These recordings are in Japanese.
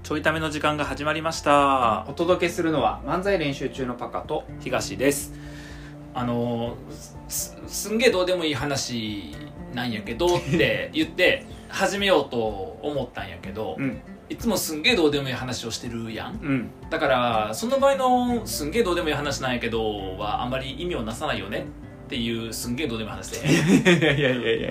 ちょいための時間が始まりました。 お届けするのは漫才練習中のパカと東です。すんげえどうでもいい話なんやけどって言って始めようと思ったんやけど、いつもすんげえどうでもいい話をしてるやん、だからその場合のすんげえどうでもいい話なんやけどはあんまり意味をなさないよねっていうすんげえどうでもいい話でいや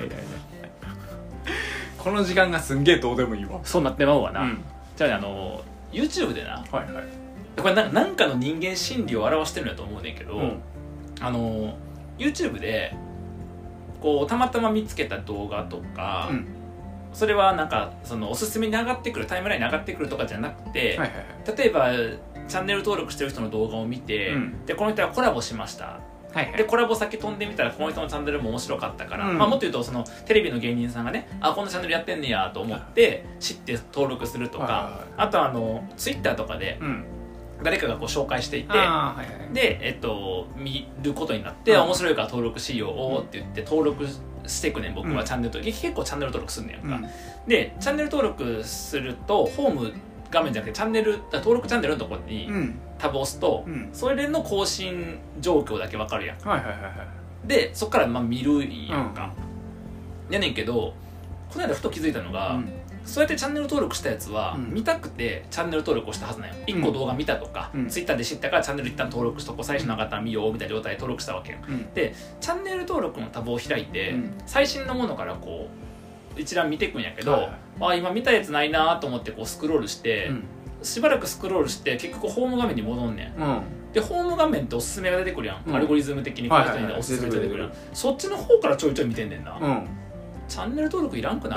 この時間がすんげえどうでもいいわ。 そうなってまうわな、じゃあね、YouTube でな、これなんかの人間心理を表してるんやと思うねんけど、YouTube でこうたまたま見つけた動画とか、それはなんかそのおすすめに上がってくるタイムラインに上がってくるとかじゃなくて、例えばチャンネル登録してる人の動画を見て、でこの人はコラボしました、でコラボ先飛んでみたらこの人のチャンネルも面白かったから、もっと言うとそのテレビの芸人さんがね、このチャンネルやってんねやと思って知って登録するとか、あとTwitter とかで誰かがこう紹介していて、で見ることになって、面白いから登録しようって言って登録してくねん。僕はチャンネル登録、結構チャンネル登録すんねんか、でチャンネル登録するとホーム画面じゃなくて登録チャンネルのところにタブを押すと、それの更新状況だけ分かるやん、でそっから見るんやんか、やねんけどこの間ふと気づいたのが、そうやってチャンネル登録したやつは、見たくてチャンネル登録をしたはずなんよ。1個動画見たとか、Twitter で知ったからチャンネル一旦登録しとこう、最初なかったら見ようみたいな状態で登録したわけよ、でチャンネル登録のタブを開いて、最新のものからこう一覧見ていくんやけど、今見たやつないなと思ってこうスクロールして、しばらくスクロールして結局ホーム画面に戻んねん、でホーム画面っておすすめが出てくるやん、アルゴリズム的にこの人におすすめ出てくるやん、そっちの方からちょいちょい見てんねんな、チャンネル登録いらんく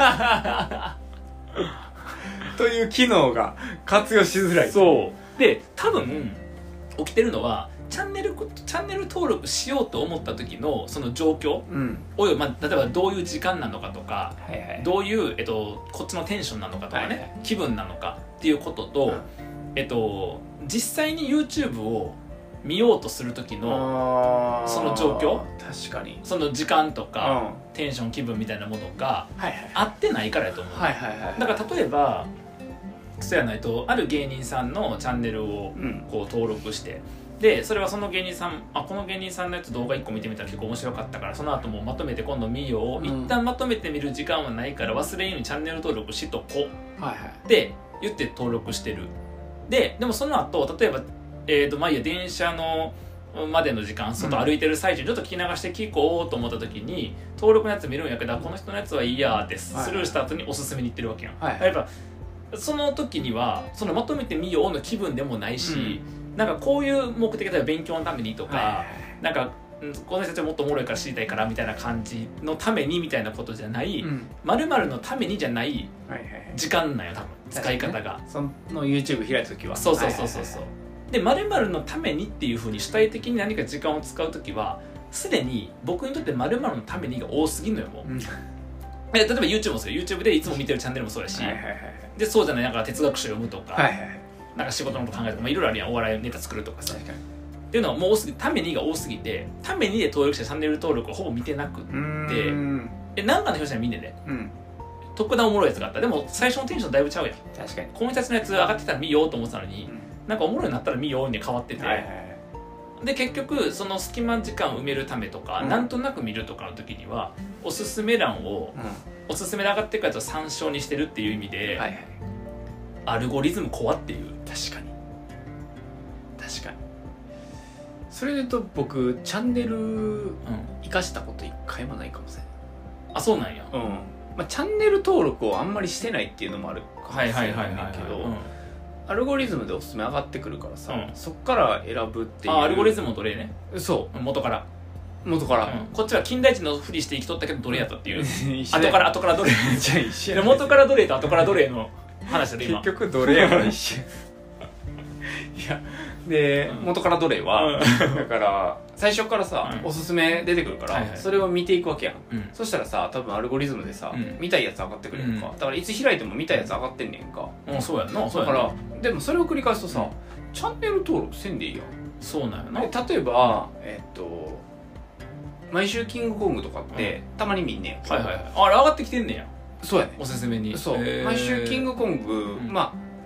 ないという機能が活用しづらい。 そうで多分起きてるのはチャンネル登録しようと思った時のその状況を、例えばどういう時間なのかとか、どういう、こっちのテンションなのかとかね、気分なのかっていうことと、実際に YouTube を見ようとする時のその状況、 確かにその時間とか、テンション気分みたいなものが合ってないからやと思う。だから例えばそうやないと、ある芸人さんのチャンネルをこう登録して、でそれはその芸人さん、この芸人さんのやつ動画1個見てみたら結構面白かったから、その後もまとめて今度見よう、一旦まとめて見る時間はないから忘れんようにチャンネル登録しとこうって言って登録してる。でもその後例えば電車のまでの時間、外歩いてる最中にちょっと聞き流して聞こうと思った時に、登録のやつ見るんやけど、この人のやつはいいやってスルーした後におすすめに行ってるわけやん、やっぱその時にはそのまとめてみようの気分でもないし、なんかこういう目的で勉強のためにとか、なんかこの人たちはもっとおもろいから知りたいからみたいな感じのためにみたいなことじゃない、〇〇のためにじゃない時間なんよ、多分使い方が、 その YouTube 開いた時は。 そうで〇〇のためにっていう風に主体的に何か時間を使う時は、すでに僕にとって〇〇のためにが多すぎるのよ、もう。例えば YouTube もそうよ、 YouTube でいつも見てるチャンネルもそうやし、でそうじゃない、なんか哲学書読むとか、なんか仕事のこと考えるとか、いろいろあるやん、お笑いネタ作るとかさ、っていうのはもう多すぎて、ためにが多すぎて、ためにで登録してチャンネル登録をほぼ見てなくって、なんかの表紙は見んねんで、特段おもろいやつがあった。でも最初のテンションだいぶちゃうやん。 確かにこの人たちのやつ上がってたら見ようと思ってたのに、なんかおもろいようになったら見ように変わってて、で結局その隙間時間を埋めるためとか、なんとなく見るとかの時にはおすすめ欄を、おすすめで上がってくるやつを参照にしてるっていう意味で、アルゴリズム怖っていう。 確かにそれで言うと、僕チャンネル生かしたこと一回もないかもしれない。 そうなんや。 チャンネル登録をあんまりしてないっていうのもあるかもしれないけど、アルゴリズムでおすすめ上がってくるからさ、そっから選ぶっていう。 アルゴリズムの奴隷ね。 そう元から、こっちは金田一のふりして生きとったけど奴隷やったっていう後から奴隷じゃあ一緒や。元から奴隷と後から奴隷の話で今結局奴隷やから一緒いやで、元から奴隷は、だから最初からさ、おすすめ出てくるから、それを見ていくわけやん、そしたらさ、多分アルゴリズムでさ、見たいやつ上がってくるやんか、だからいつ開いても見たいやつ上がってんねんか。 そうやんな。 だからでもそれを繰り返すとさ、チャンネル登録せんでいいやん。 そうなんやな。 例えば毎週キングコングとかってたまに見んねん。 あれ上がってきてんねんや。 そうやね、 おすすめに。 そう、毎週キングコング、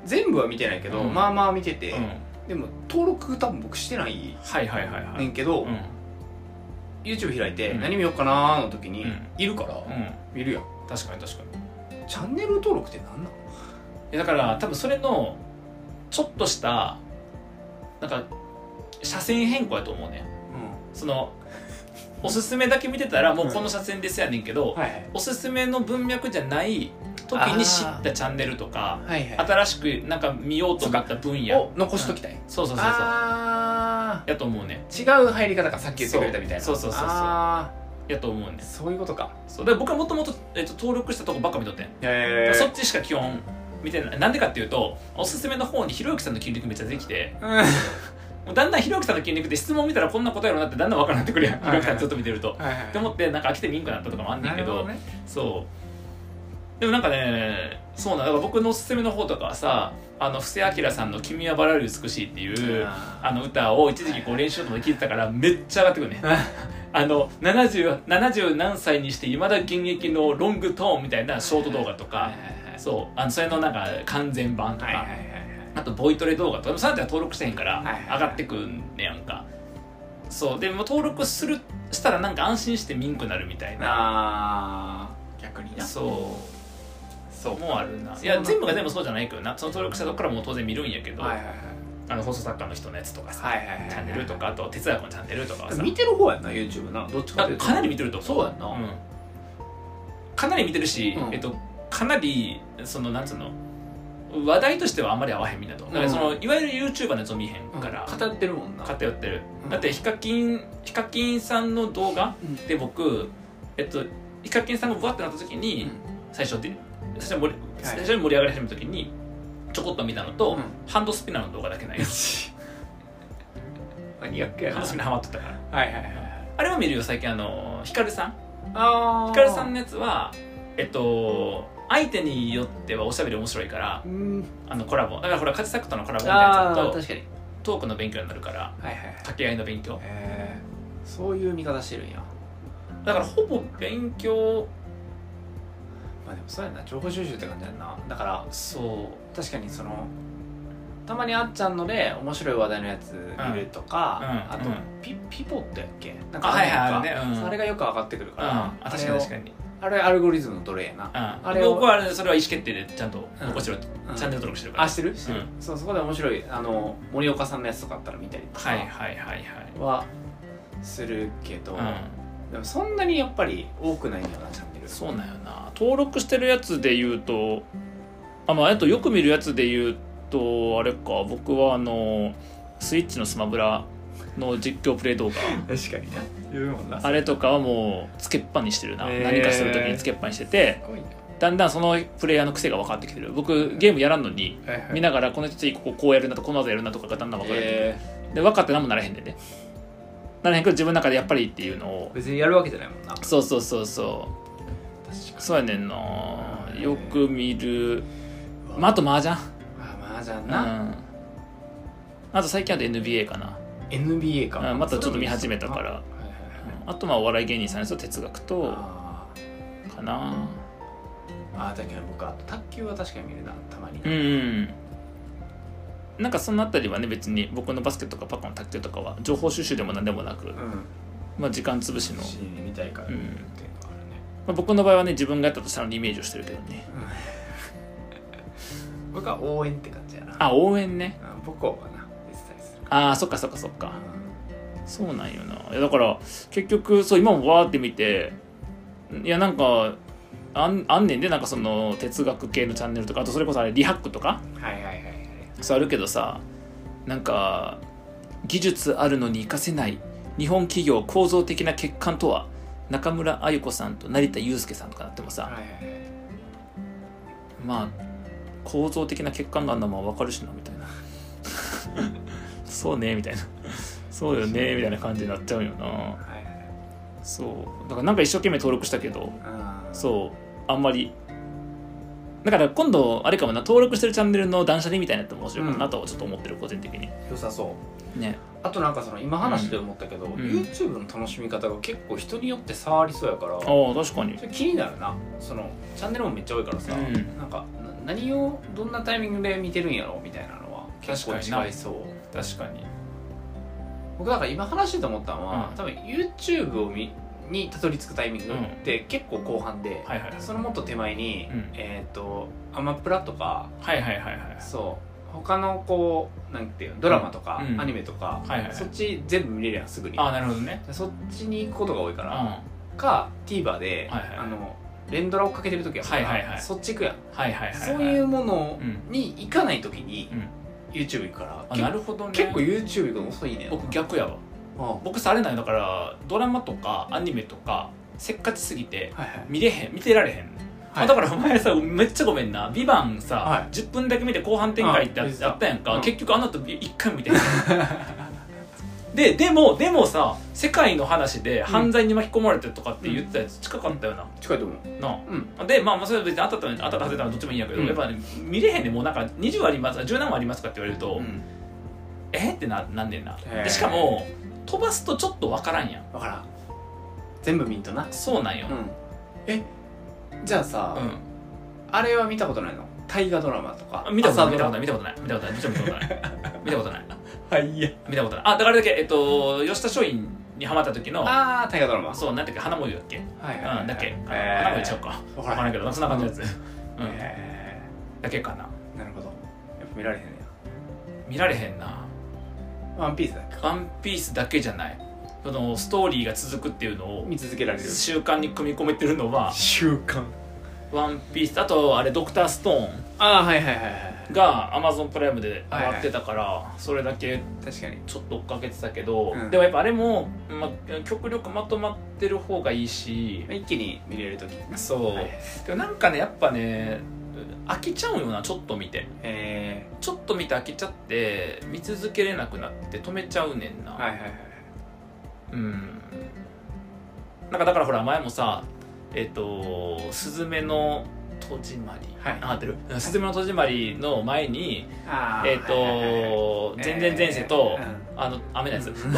全部は見てないけど、まあまあ見てて、でも登録多分僕してないねんけど、YouTube 開いて何見ようかなーの時にいるから見るやん。 確かにチャンネル登録って何なの？ だから多分それのちょっとしたなんか車線変更やと思うね、そのおすすめだけ見てたらもうこの車線ですやねんけど、おすすめの文脈じゃない時に知ったチャンネルとか、新しくなんか見ようと思った分野を残しときたい。 そうやと思うね。 違う入り方か、さっき言ってくれたみたいな。 そうやと思うね。 そういうことか。 そうだから僕はもともと登録したとこばっか見とってん。そっちしか基本見てない。なんでかっていうと、おすすめの方にひろゆきさんの筋肉めっちゃ出てきて、もうだんだんひろゆきさんの筋肉で質問見たらこんな答えろなってだんだん分からなってくるやん、ひろゆきさんずっと見てると、って思ってなんか飽きてみんくなったとかもあんねんけど、そうでもなんかね、そうなんだから僕のおすすめの方とかはさ、布施明さんの「君はバラより美しい」っていう歌を一時期こう練習とかで聴いてたからめっちゃ上がってくるね。70何歳にしていまだ現役のロングトーンみたいなショート動画とか、それのなんか完全版とか、あとボイトレ動画とか、そうやっては登録してへんから上がってくんねやんか。そうでも登録したらなんか安心して見んくなるみたいな。 逆にな。 そうもあるな。いや全部が全部そうじゃないけどな。その登録したとこからもう当然見るんやけど、放送作家の人のやつとかさ、チャンネルとか、あと哲学のチャンネルとかはさ、 見てる方やんな YouTube な。どっちかっていうとかなり見てると思う。 そうやんな、 かなり見てるし、かなりそのなんつうの話題としてはあんまり合わへんみんなと。だからそのいわゆる YouTuber のやつを見へんから、 偏ってるもんな。 偏ってる。だってヒカキンさんの動画で僕ヒカキンさんがブワッてなった時に最初に盛り上がり始めた時にちょこっと見たのと、ハンドスピナーの動画だけないやつ。 マニアックやな。 ハンドスピナーハマってたから。あれは見るよ最近。ヒカルさんのやつは相手によってはおしゃべり面白いから、コラボだからほらカジサックとのコラボみたいなやつだと確かにトークの勉強になるから、掛け合いの勉強、 そういう見方してるんや。 だからほぼ勉強。 まあでもそうやな、情報収集って感じやんな。だからそう確かにそのたまにあっちゃんので面白い話題のやつ見るとか、あとピポってやっけなんかあれがよく上がってくるから、 確かにあれアルゴリズムのどれやな。 僕はそれは意思決定でちゃんと残してる、チャンネル登録してるから。 してる、そこで面白い森岡さんのやつとかあったら見たりとかはするけど、でもそんなにやっぱり多くないんだよなチャンネル。 そうなんよな。登録してるやつで言うとあとよく見るやつで言うとあれか、僕はスイッチのスマブラの実況プレイ動画確かにな、言うもんな。 あれとかはもうつけっぱにしてるな、何かするときにつけっぱにしてて、だんだんそのプレイヤーの癖が分かってきてる。僕ゲームやらんのに、見ながらこの人こうやるなとこの技やるなとかがだんだん分かる、で分かって何もならへんでね、ならへんけど自分の中でやっぱりっていうのを別にやるわけじゃないもんな。 そうそうやねんな。よく見る。あと麻雀な、あと最近は NBA かな。 NBA か、 またちょっと見始めたから。あとお笑い芸人さんですよ、哲学とかな。 だけど僕あと卓球は確かに見るな、たまに。 なんかそのあたりはね、別に僕のバスケとかパコの卓球とかは情報収集でも何でもなく、時間つぶしの見たいからっていうのがあるね。 僕の場合はね、自分がやったとしたらイメージをしてるけどね。 僕は応援って感じやな。 応援ね。 母校はな出てたりするから。 そっか、そうなんよな。だから結局今もわーって見て、いやなんかあんねんで、なんかその哲学系のチャンネルとか、あとそれこそリハックとかそうあるけどさ、なんか技術あるのに活かせない日本企業構造的な欠陥とは、中村あゆ子さんと成田悠輔さんとかなってもさ、構造的な欠陥があんなもん分かるしなみたいなそうねみたいな、そうよねみたいな感じになっちゃうよな。そうだからなんか一生懸命登録したけど、あんまりだから今度あれかもな、登録してるチャンネルの断捨離みたいなやつも面白いかなとちょっと思ってる、個人的に。 良さそうね。 あとなんかその今話で思ったけど、YouTube の楽しみ方が結構人によって差ありそうやから、 ああ確かにそれ気になるな。そのチャンネルもめっちゃ多いからさ、なんか何をどんなタイミングで見てるんやろみたいなのは結構違いそう。 確かに。 僕だから今話してて思ったのは、多分 YouTube をにたどり着くタイミングって結構後半で、そのもっと手前に、アマプラとか、そう他のこうなんていうドラマとか、アニメとか、そっち全部見れるやんすぐに。 あ、なるほどね。 そっちに行くことが多いから、か TVer で、連ドラをかけてる時はそっち行くやん。そういうものに行かない時に YouTube 行くから、 なるほどね。 結構 YouTube 行くの遅いね。 僕逆やわ。僕さあれないだからドラマとかアニメとかせっかちすぎて見てられへん。だからお前さめっちゃごめんな、「ビバンさ10分だけ見て後半展開ってあったやんか。結局あの後1回も見てへん。でもさ、世界の話で犯罪に巻き込まれてとかって言ったやつ近かったよな。 近いと思うな。でまあそれは別に当たった外れたらどっちもいいんやけど、やっぱ見れへんね。もうなんか20あります10何話ありますかって言われるとってなんねんな。でしかも飛ばすとちょっと分からんやん。 分からん。全部見んとな。 そうなんよ。 じゃあさ、あれは見たことないの？大河ドラマとか。 見たことない。見たことない。見たことない。 はい、いや見たことない。あ、だからだけ吉田松陰にハマった時の大河ドラマ。 そう、なんだっけ、花森だっけ。だっけ。花森ちゃうか。分からんけど、そんな感じのやつ。だけかな。 なるほど。やっぱ見られへんねや。 見られへんな。 ワンピースだっけ。 ワンピースだけじゃない。そのストーリーが続くっていうのを見続けられる習慣に組み込めてるのは習慣。 ワンピース。あとあれドクターストーンがアマゾンプライムで上がってたから、それだけ確かにちょっと追っかけてたけど、でもやっぱあれも、極力まとまってる方がいいし、 一気に見れる時。 そう、でもなんかね、やっぱね飽きちゃうよな。ちょっと見てちょっと見て飽きちゃって見続けれなくなって止めちゃうねんな。なんかだからほら前もさすずめの戸締まり、合ってる？すずめの戸締まりの前に全然前世と雨のやつと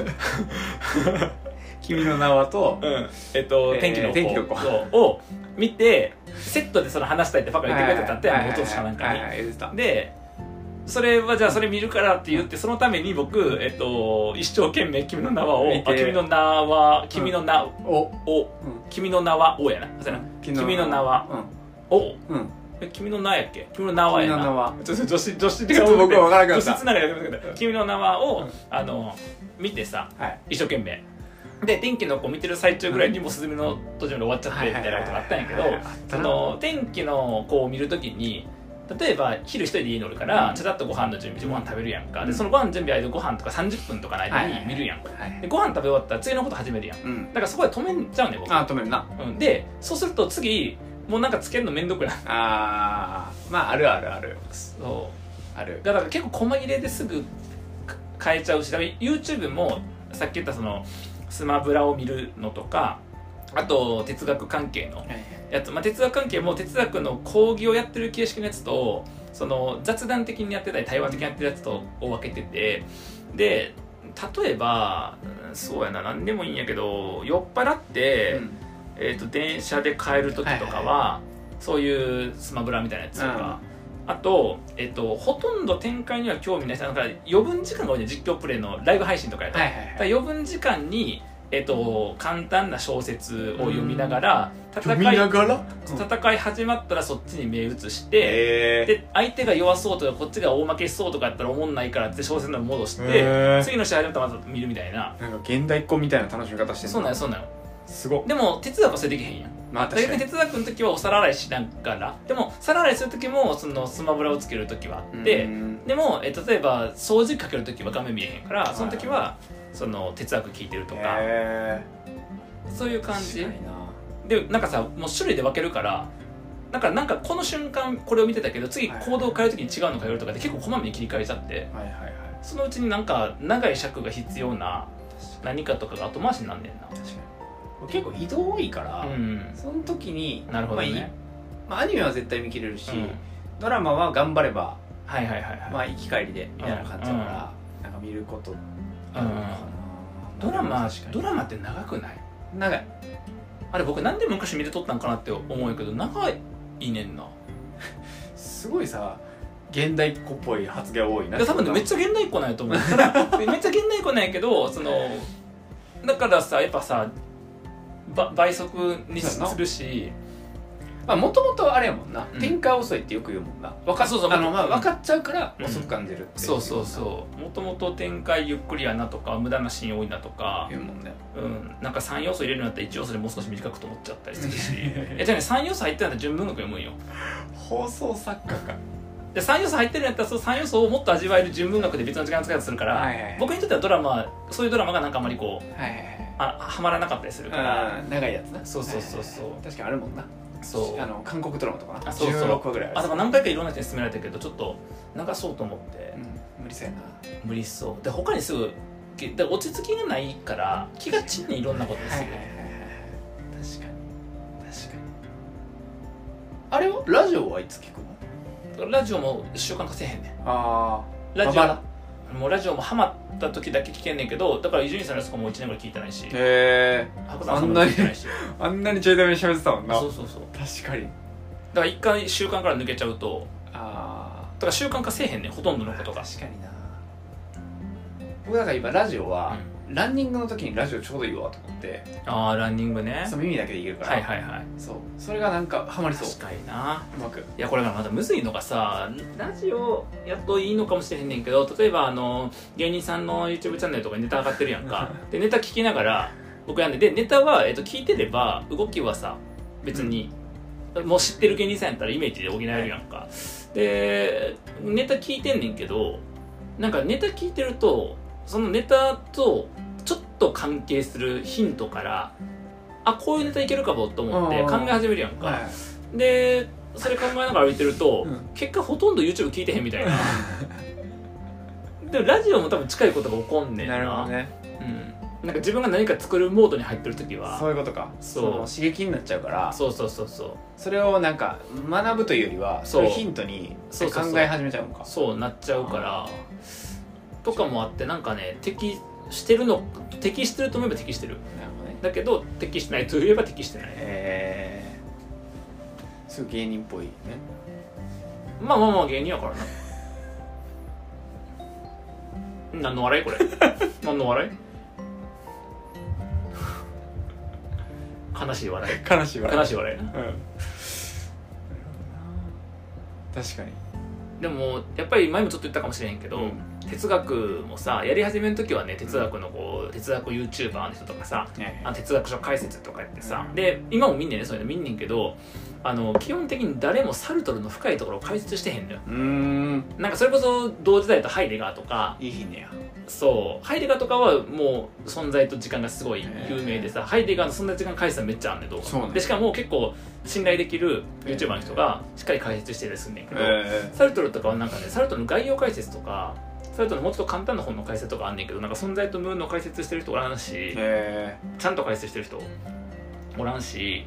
君の名はと天気の子を見てセットでその話したいってパカ言ってくれてたってお父さんなんかに。でそれはじゃあそれ見るからって言って、そのために僕一生懸命君の名はを君の名は君の名を君の名はをやな。君の名はを君の名やっけ。君の名はやな。女子ちょっと僕は分からなかった。 女子つながりやってくれた。君の名はを見てさ、一生懸命で天気の子見てる最中ぐらいにもうすずめの戸締まり終わっちゃってみたいなことがあったんやけど、その天気の子を見るときに例えば昼一人で家におるからちゃちゃっとご飯の準備でご飯食べるやんか。でそのご飯準備間ご飯とか30分とかの間に見るやん。でご飯食べ終わったら次のこと始めるやん。だからそこで止めちゃうね僕。 止めるな。 でそうすると次もうなんかつけるのめんどくなる。 まあある。 そうある。だから結構細切れですぐ変えちゃうし、YouTube もさっき言ったそのスマブラを見るのとか、あと哲学関係のやつ、哲学関係も哲学の講義をやってる形式のやつとその雑談的にやってたり対話的にやってるやつとを分けてて、で例えばそうやな、何でもいいんやけど酔っ払って、電車で帰る時とかは、そういうスマブラみたいなやつとか、あと、ほとんど展開には興味ない人だから余分時間が多いね。実況プレイのライブ配信とかやと、だから余分時間に簡単な小説を読みながら戦い始まったらそっちに目移して、で相手が弱そうとかこっちが大負けしそうとかやったらおもんないからって小説の戻して次の試合始まったらまた見るみたいな、 なんか現代っ子みたいな楽しみ方してる。 そうなのすごい。 でも哲学はそれできへんやん。 確かに哲学の時はお皿洗いしながら、でも皿洗いする時もそのスマブラをつける時はあって、でも例えば掃除機かける時は画面見えへんからその時はその哲学聞いてるとか、そういう感じで、なんかさもう種類で分けるからなんかこの瞬間これを見てたけど次行動を変える時に違うの変えるとかで結構こまめに切り替えちゃって、そのうちになんか長い尺が必要な何かとかが後回しになんねんな。 結構移動多いから、その時になるほどね、 まあ、アニメは絶対見切れるし、ドラマは頑張ればまあ行き帰りでみたいな感じだから、なんか見ることあるのかな。 ドラマって長くない？ 長い。 あれ僕なんで昔見てとったんかなって思うんやけど、長いねんな。 すごいさ、現代っ子っぽい発言多いな。 多分めっちゃ現代っ子なんやと思う。めっちゃ現代っ子なんやけど、だからさ、やっぱさ倍速にするし、 もともとあれやもんな、展開遅いってよく言うもんな。分かっちゃうから遅く感じるって。 そうもともと展開ゆっくりやなとか無駄なシーン多いなとか言うもんね。 なんか3要素入れるんだったら1要素でもう少し短くと思っちゃったりするしじゃあね、3要素入ってるんだったら純文学読むんよ。 放送作家か。 で3要素入ってるんやったらその3要素をもっと味わえる純文学で別の時間使い方するから、僕にとってはドラマ、そういうドラマがなんかあんまりこうはまらなかったりするから。 長いやつな。 そう確かにあるもんな。韓国ドラマとかな。 16話ぐらいある。だから何回かいろんな人に勧められたけどちょっと長そうと思って、 無理そうやな。 無理そうで、他にすぐ落ち着きがないから気が散んねん、いろんなことですよ。 確かにあれはラジオはいつ聞くの？ ラジオも習慣化せえへんねん。 ラジオもうラジオもハマった時だけ聞けんねんけど、だから伊集院さんのやつとかもう1年ぐらい聞いてないし、 白山さんも聞いてないし、あんなにちょいだめに喋ってたもんな。 そう確かに。 だから一回習慣から抜けちゃうと、だから習慣化せえへんねん、ほとんどのことが。 確かにな。僕だから今ラジオは、ランニングの時にラジオちょうどいいわと思って。 ランニングね。 そう、耳だけでいけるから。そうそれがなんかハマりそう。 確かにな。 うまく。 いや、これがまたむずいのがさ、ラジオやっといいのかもしれへんねんけど、例えば芸人さんの YouTube チャンネルとかにネタ上がってるやんかでネタ聞きながら僕やんで、ネタは、聞いてれば動きはさ別に、もう知ってる芸人さんやったらイメージで補えるやんか。でネタ聞いてんねんけど、なんかネタ聞いてるとそのネタとちょっと関係するヒントから、こういうネタいけるかもと思って考え始めるやんか。でそれ考えながら歩いてると、結果ほとんど YouTube 聞いてへんみたいなでもラジオも多分近いことが起こんねんな。 なるほどね。 なんか自分が何か作るモードに入ってる時はそういうことか。刺激になっちゃうから。 そうそれをなんか学ぶというよりはそれヒントに考え始めちゃうのか。 そうなっちゃうからとかもあって、なんかね、適してると思えば適してる。 なるほどね。 だけど適してないといえば適してない。 すごい芸人っぽいね。 まあ芸人やからな。何の笑いこれ何の笑い悲しい笑いな。 確かに。 でもやっぱり前もちょっと言ったかもしれへんけど、哲学もさ、やり始める時はね、哲学の哲学 YouTuber の人とかさ、哲学書解説とかやってさ、で今も見んねんね、そういうの見んねんけど、基本的に誰もサルトルの深いところを解説してへんのよ。なんかそれこそ同時代とハイデガーとか、 いいねや。 そうハイデガーとかはもう存在と時間がすごい有名でさ、ハイデガーの存在時間解説はめっちゃあんねん、動画で。しかも結構信頼できる YouTuber の人がしっかり解説してたりすんねんけど、サルトルとかはなんかね、サルトルの概要解説とか、サルトルのもうちょっと簡単な本の解説とかあんねんけど、なんか存在と無の解説してる人おらんし、ちゃんと解説してる人おらんし、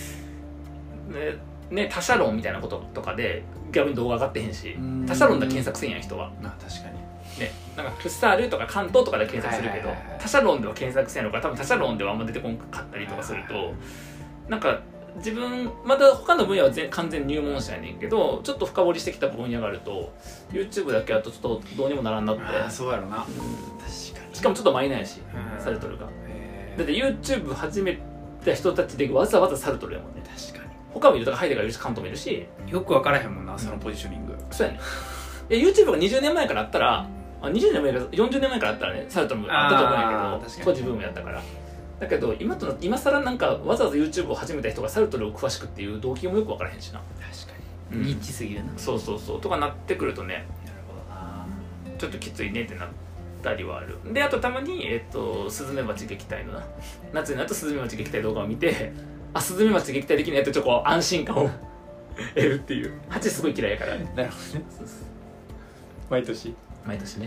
ね、他者論みたいなこととかで逆に動画上がってへんし、他者論で検索せんやん、人は。 確かにね、なんかフッサールとか関東とかで検索するけど、他者論では検索せんのから、多分他者論ではあんま出てこんかったりとかすると、なんか自分まだ他の分野は完全入門者やねんけど、ちょっと深掘りしてきた分野があると YouTube だけだとちょっとどうにもならんなって。 そうやろな。確かに。 しかもちょっとマイナーやし、サルトルが。だって YouTube 始めた人たちでわざわざサルトルやもんね。 確かに。 他もいる、だからハイデガーいるし、カントもいるし、 よく分からへんもんな、そのポジショニング。 そうやね。YouTube が20年前からあったら、20年前から40年前からあったらね、サルトルもあったと思うんやけど、当時ブームやったから。だけど今更なんかわざわざ YouTube を始めた人がサルトルを詳しくっていう動機もよく分からへんしな。 確かに、ニッチすぎるな。 そうとかなってくるとね、 なるほどな、 ちょっときついねってなったりはある。であとたまにスズメバチ撃退のな、夏になるとスズメバチ撃退動画を見て、スズメバチ撃退できないとちょっと安心感を得るっていう。蜂すごい嫌いやから。 なるほどね。毎年ね。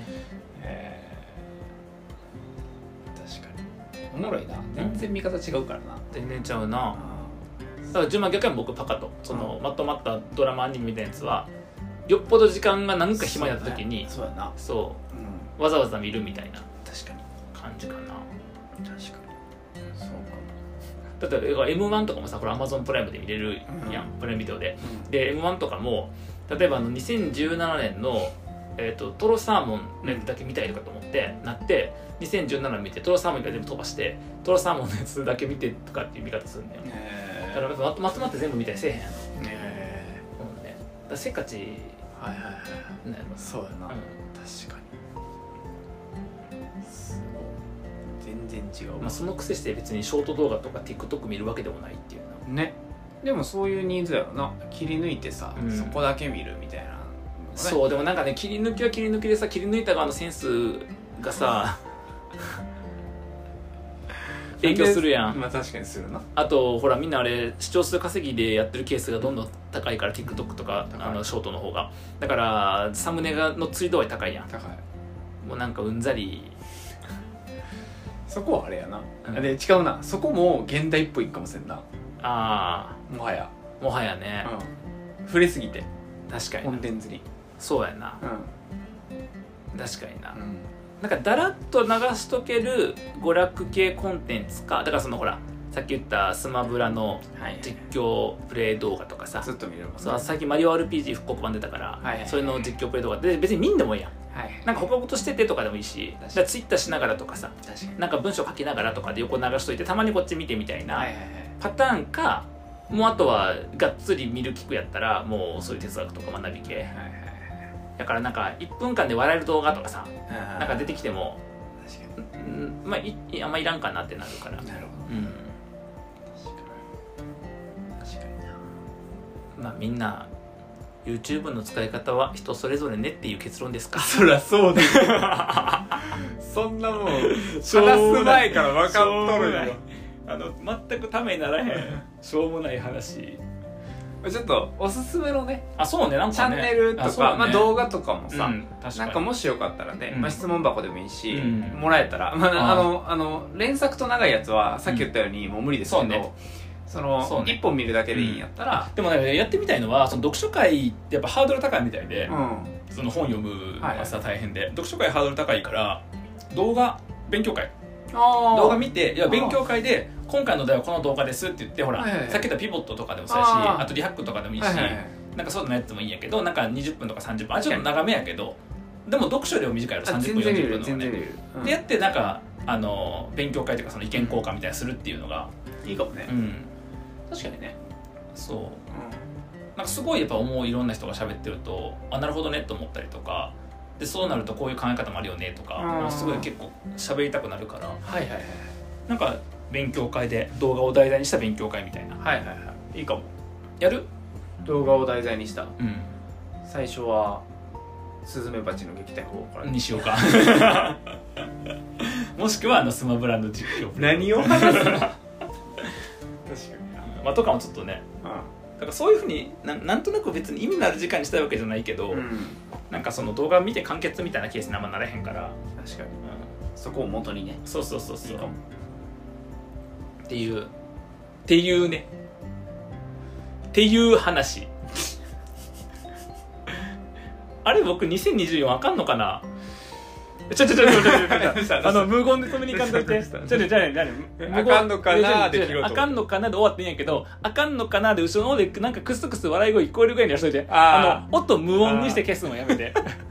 確かにおもろいな。全然見方違うからな。 全然ちゃうな。 だから順番逆に僕パカとその、まとまったドラマアニメみたいなやつはよっぽど時間がなんか暇になった時にそうやな、 そう、わざわざ見るみたいな確かに感じかな。 確かにそうかだって M1 とかもさ、これ Amazon プライムで見れるやん、プライムビデオで、で M1 とかも例えば2017年のトロサーモンのやつだけ見たいとかと思ってなって2017年見てトロサーモンから全部飛ばしてトロサーモンのやつだけ見てとかっていう見方するんだよ。だからまとまって全部見たりせえへんやん。だからせっかち、 はいはいはい、そうやな、確かに全然違う、 その癖して別にショート動画とか TikTok 見るわけでもないっていうなね。でもそういうニーズやろな、切り抜いてさ、そこだけ見るみたいな、 そう。でもなんかね、切り抜きは切り抜きでさ、切り抜いた側のセンスがさ影響するやん。 まあ確かにするな。 あとほらみんなあれ視聴数稼ぎでやってるケースがどんどん高いから TikTok とかショートの方がだからサムネの釣り度合い高いやん。 高い。 もうなんかうんざり。 そこはあれやな、で違うな、そこも現代っぽいかもしれんな。 ああ、もはやね、 触れすぎて確かにコンテンツに。 そうやな、確かにな、なんかだらっと流しとける娯楽系コンテンツか、だからそのほらさっき言ったスマブラの実況プレイ動画とかさ、 ずっと見るもんね。 そう最近マリオ RPG 復刻版出たから、それの実況プレイ動画で別に見んでもいいやん、なんか他事しててとかでもいいし、ツイッターしながらとかさ、なんか文章書きながらとかで横流しといてたまにこっち見てみたいなパターンか、もうあとはがっつり見る聞くやったらもうそういう哲学とか学び系、だからなんか1分間で笑える動画とかさ、なんか出てきてもまああんまいらんかなってなるから。なるほど、確かにな。まあみんな YouTube の使い方は人それぞれねっていう結論ですか。 そりゃそうだよそんなもん話す前から分かっとるよ。 全くためにならへんしょうもない話。 ちょっとおすすめのね、 そうね、なんかね、 チャンネルとか、まあ動画とかもさ、 確なんかもしよかったらね、まあ質問箱でもいいし、もらえたら、まあ連作と長いやつはさっき言ったようにもう無理ですけど、その一本見るだけでいいんやったら、 でもねやってみたいのは、その読書会ってやっぱハードル高いみたいで、その本読むのはさ大変で、読書会ハードル高いから動画勉強会、動画見て、いや勉強会で今回の題はこの動画ですって言って、ほら、さっき言ったピボットとかでもそうやし、あとリハックとかでもいいし、なんかそういうのやつもいいんやけど、なんか20分とか30分ちょっと長めやけど、でも読書量短いの30分40分のね、でやってなんか勉強会とかその意見交換みたいなするっていうのがいいかもね。確かにね。 そう、なんかすごいやっぱいろんな人が喋ってると、なるほどねと思ったりとかで、そうなるとこういう考え方もあるよねとか、すごい結構喋りたくなるから、なんか勉強会で動画を題材にした勉強会みたいな、 いいかも。 やる？ 動画を題材にした、最初はスズメバチの撃退法からにしようかもしくはスマブラの実況何を話すの確かにとかもちょっとね、だからそういうふうになんとなく別に意味のある時間にしたいわけじゃないけど、なんかその動画見て完結みたいなケースにあんまなれへんから、 確かに、そこを元にね。 そうっていうねっていう話あれ僕2024あかんのかな。ちょ無言で止めに行かんといて。 あかんのかなで切ろうと。 あかんのかなで終わってんやけど、あかんのかなで後ろの方でなんかクスクス笑い声聞こえるぐらいにはしといて、音無音にして消すのやめて